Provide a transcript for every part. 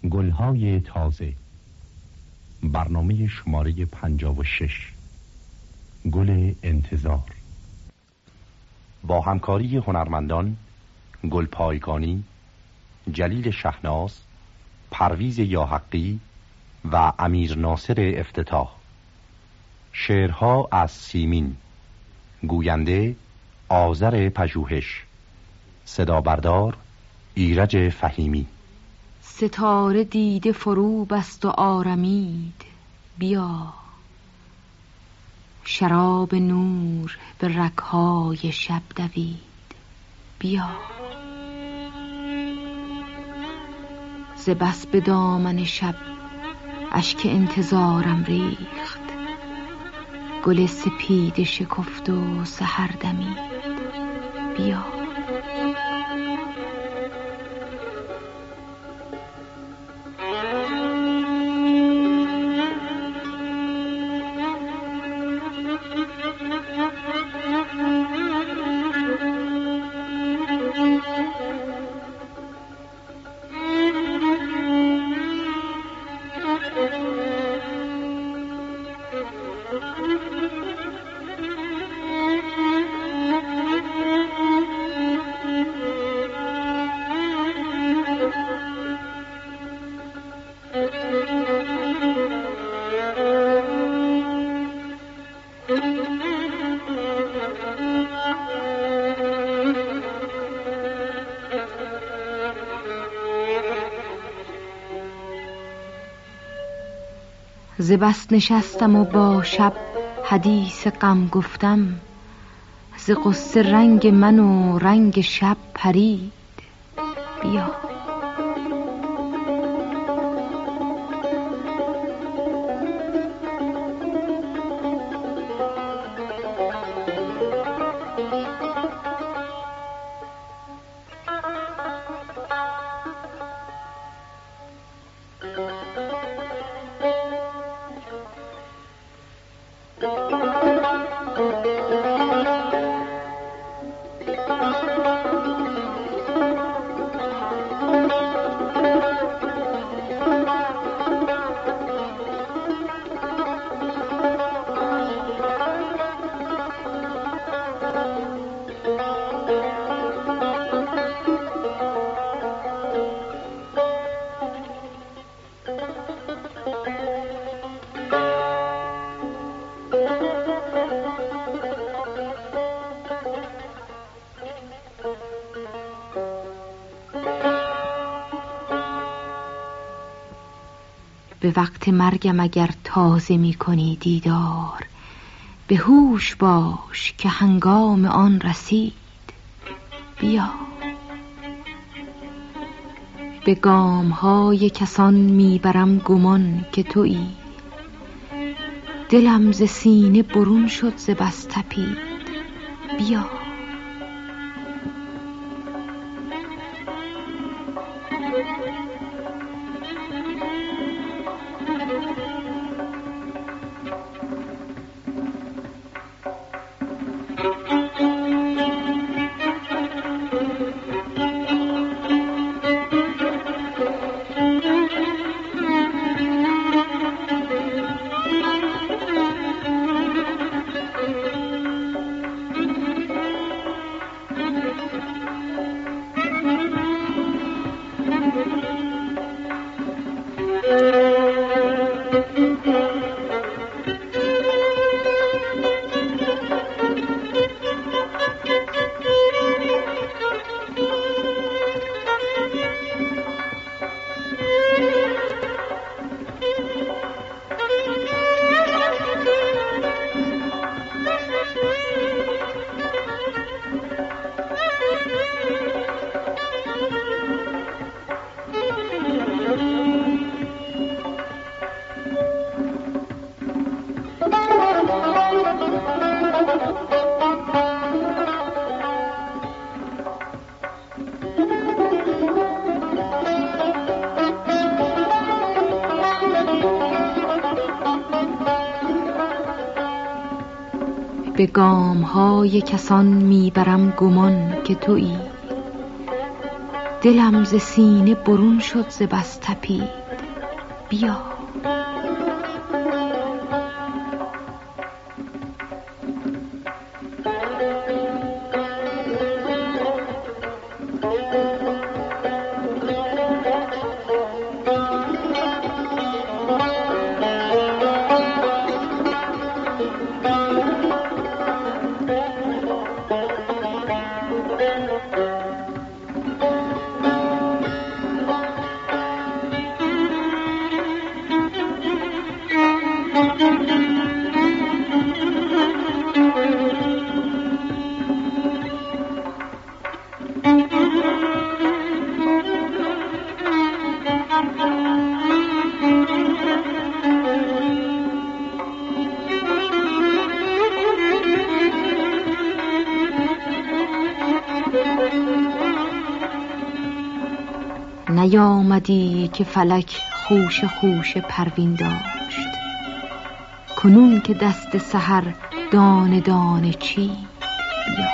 گلهای تازه، برنامه شماره 56، گل انتظار، با همکاری هنرمندان گل پایگانی، جلیل شهناز، پرویز یاحقی و امیر ناصر افتتاح. شعرها از سیمین، گوینده آذر پژوهش، صدا بردار ایرج فهیمی. ستاره دیده فرو بست و آرمید، بیا شراب نور به رگ‌های شب دوید، بیا ز بس به دامن شب اشک انتظارم ریخت، گل سپیده شکفت و سحر دمید، بیا ز بس نشستم و با شب حدیث غم گفتم، ز غصه رنگ من و رنگ شب پرید، بیا به وقت مرگم اگر تازه می کنی دیدار، به هوش باش که هنگام آن رسید، بیا به گام های کسان می برم گمان که تویی، دلم ز سینه برون شد ز بس تپید، بیا به گام های کسان می برم گمان که تویی، دلم ز سینه برون شد ز بس تپید. بیا نیامدی که فلک خوش خوش پروین داشت، کنون که دست سحر دانه دانه چید. بیا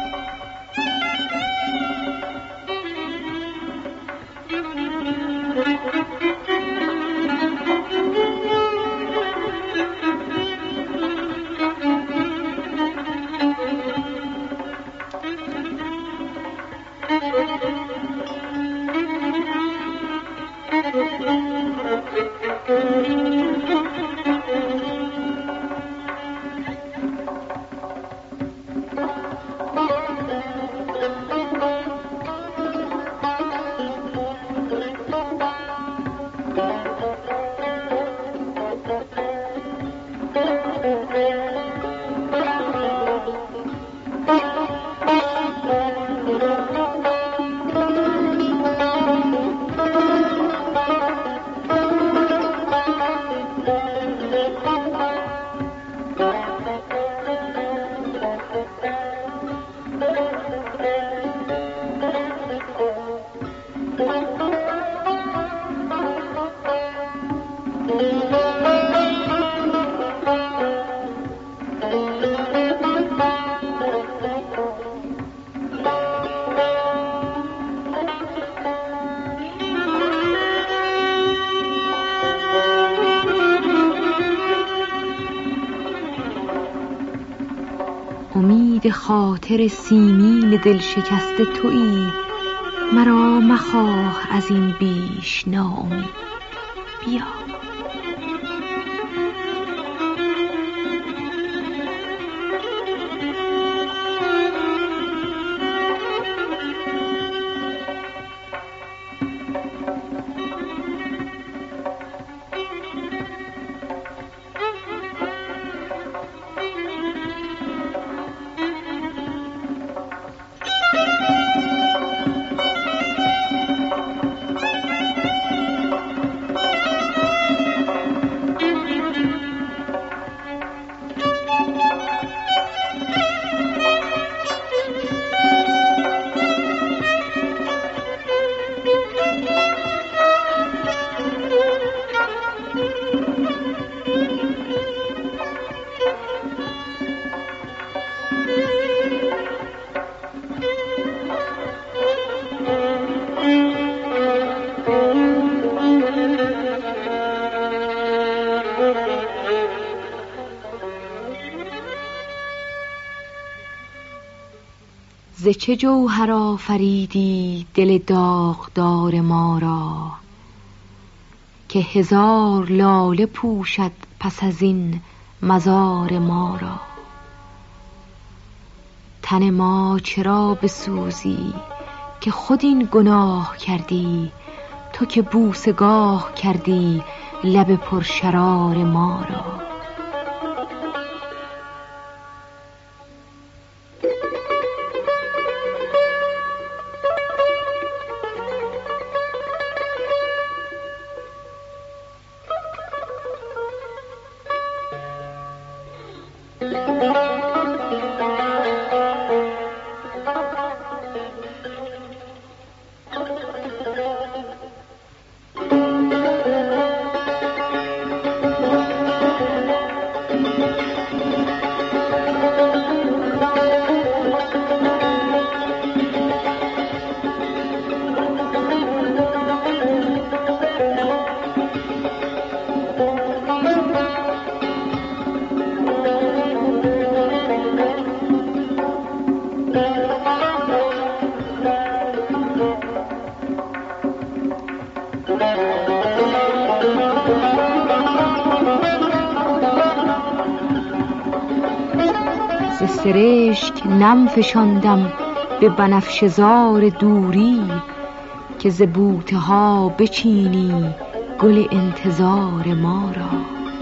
امید خاطر سیمین دل شکسته تویی، مرا مخواه از این بیش ناامید. بیا ز چه جوهر آفریدی دل داغدار ما را، که هزار لاله پوشد پس از این مزار ما را. تن ما چرا بسوزی که خود این گناه کردی، تو که بوسگاه کردی لب پرشرار ما را. سرشک نم فشاندم به بنفشه زار دوری، که ز بوته ها بچینی گل انتظار ما را.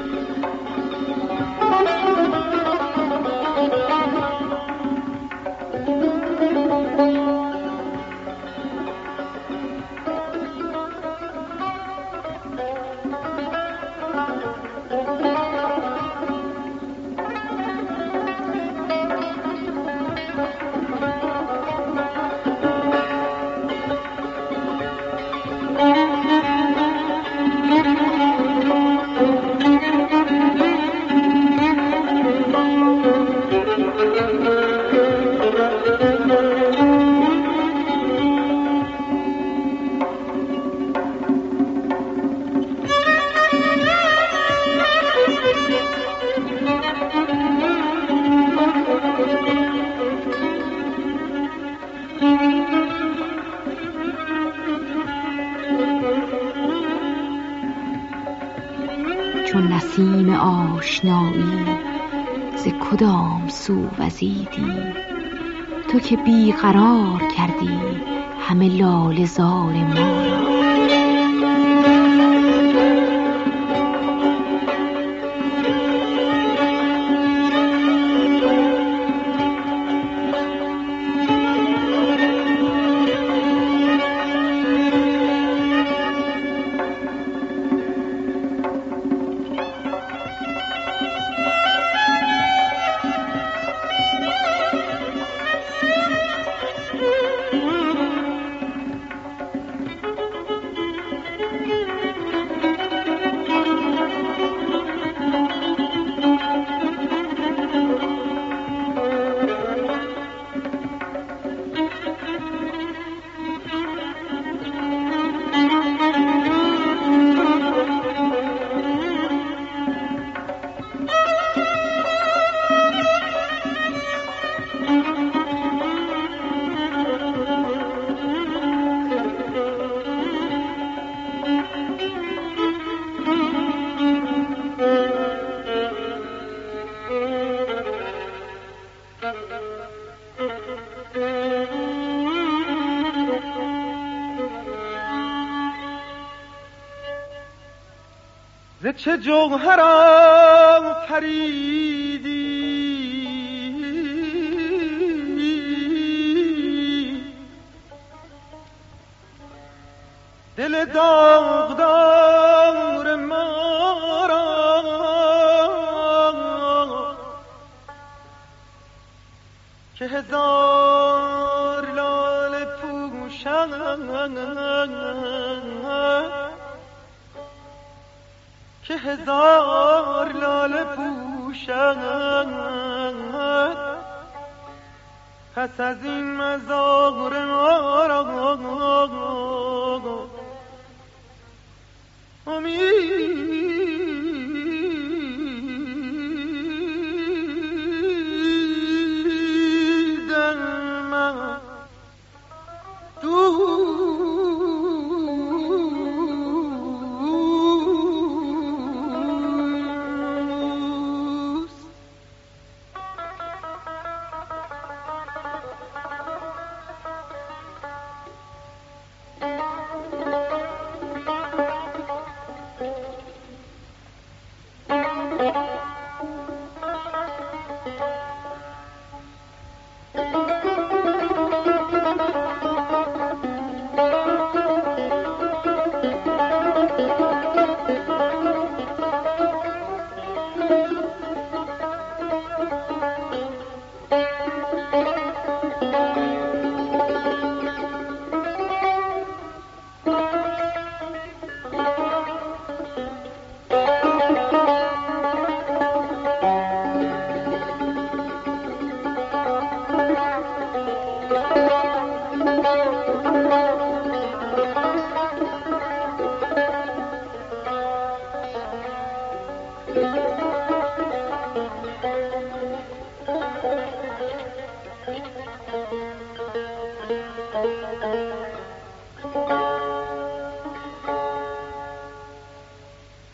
چون نسیم آشنایی ز کدام سو وزیدی، تو که بیقرار کردی همه لاله زار ما را. ز چه جوهر آفریدی دل داغدار ما را، که هزار لاله پوشند، که هزار لاله پوشند، پس از این مزار ما را امیدم من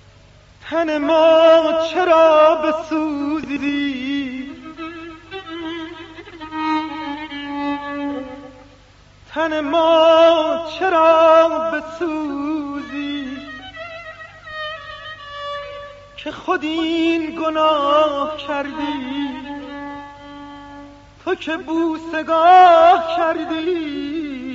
تن ما چرا بسوزی تن ما چرا بسوزی که خود این گناه کردی، تو که بوسگاه کردی،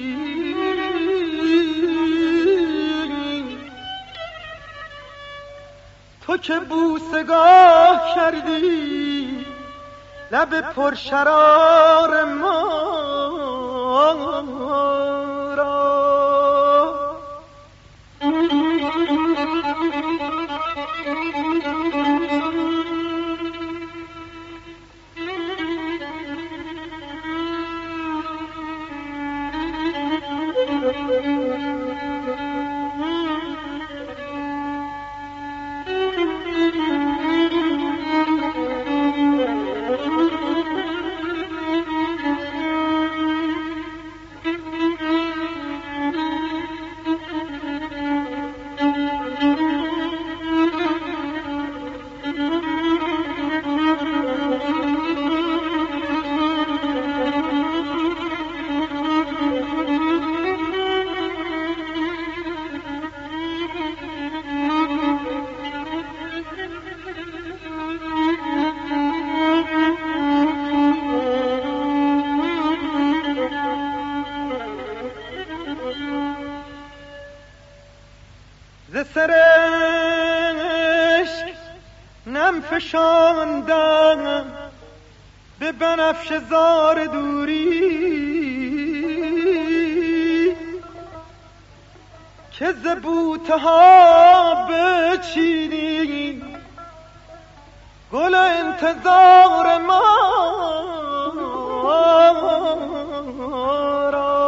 تو که بوسگاه کردی لب پرشرار ما را. ز سر عشق نم فشاندم به بنفشه زار دوری، که ز بوتها بچینی گل انتظار ما را.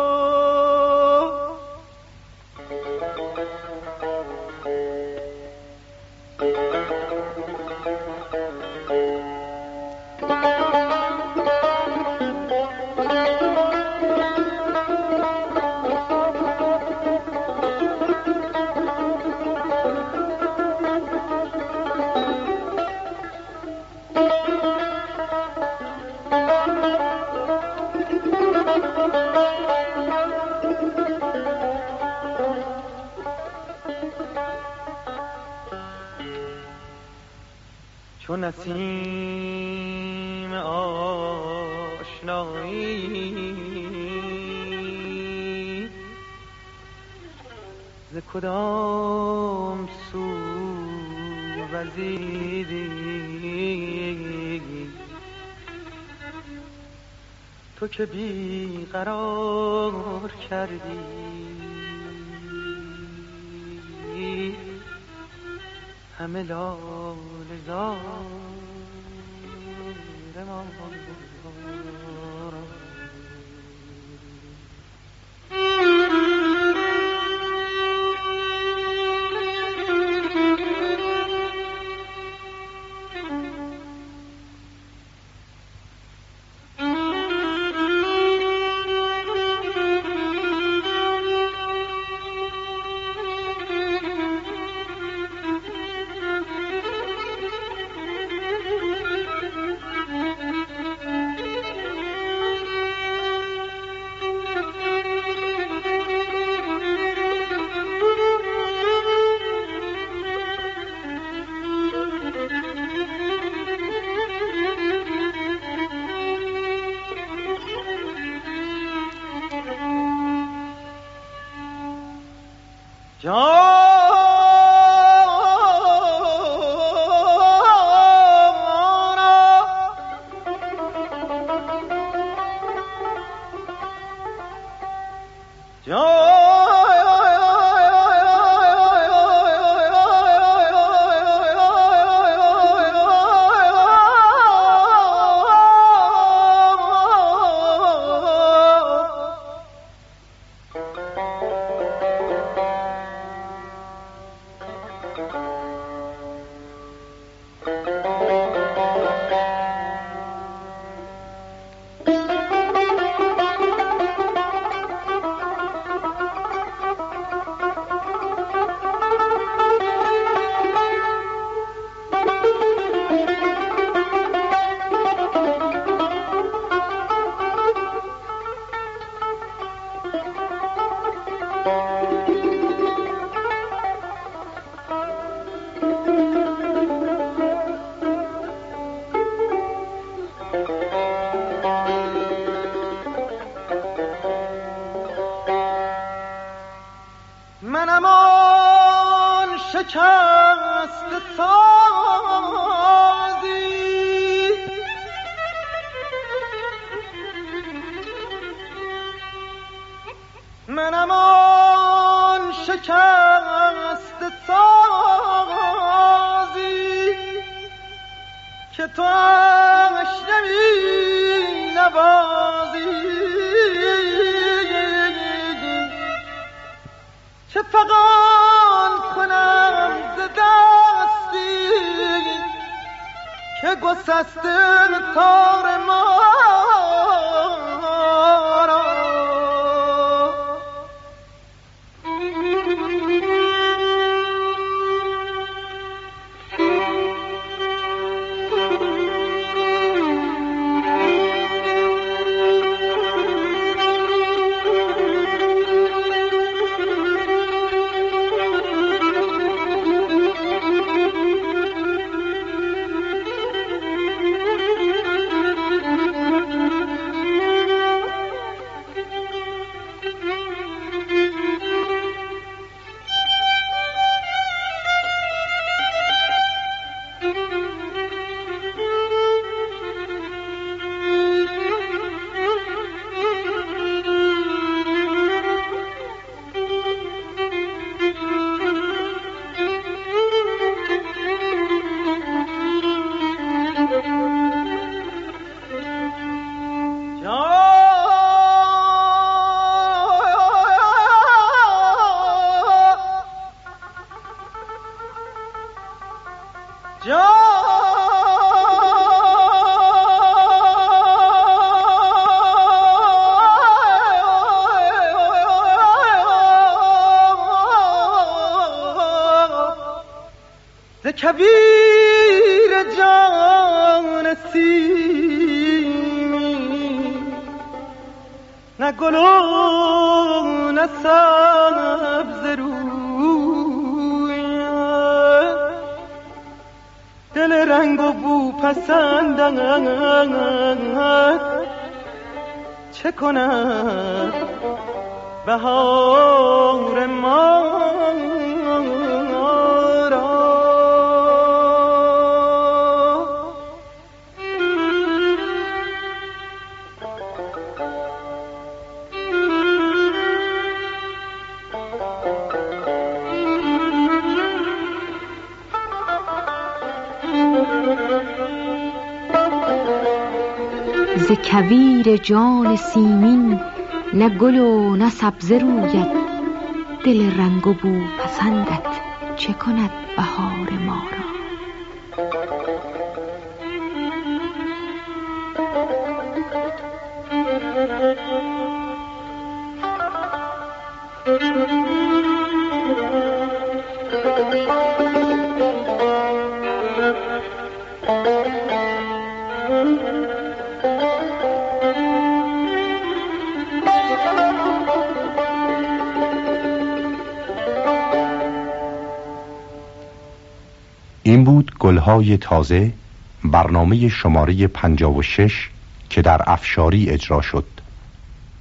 چو نسیم آشنایی ز کدام سو وزیدی، تو که بی قرار کردی همه لاله زار ما. شکست سازی منم آن شکست سازی که تو اش نمی نوازی چه فغان کنم ز دستی که گسسته تار ما را کویر جان سیمی نه گل و نه سبز روی دل رنگ و بو پسندد چه کند بهار ما ز کویر جان سیمین نه گل و نه سبزه روید دل رنگ و بو پسندت چه کند بهار ما را این بود گلهای تازه، برنامه شماره 56 که در افشاری اجرا شد.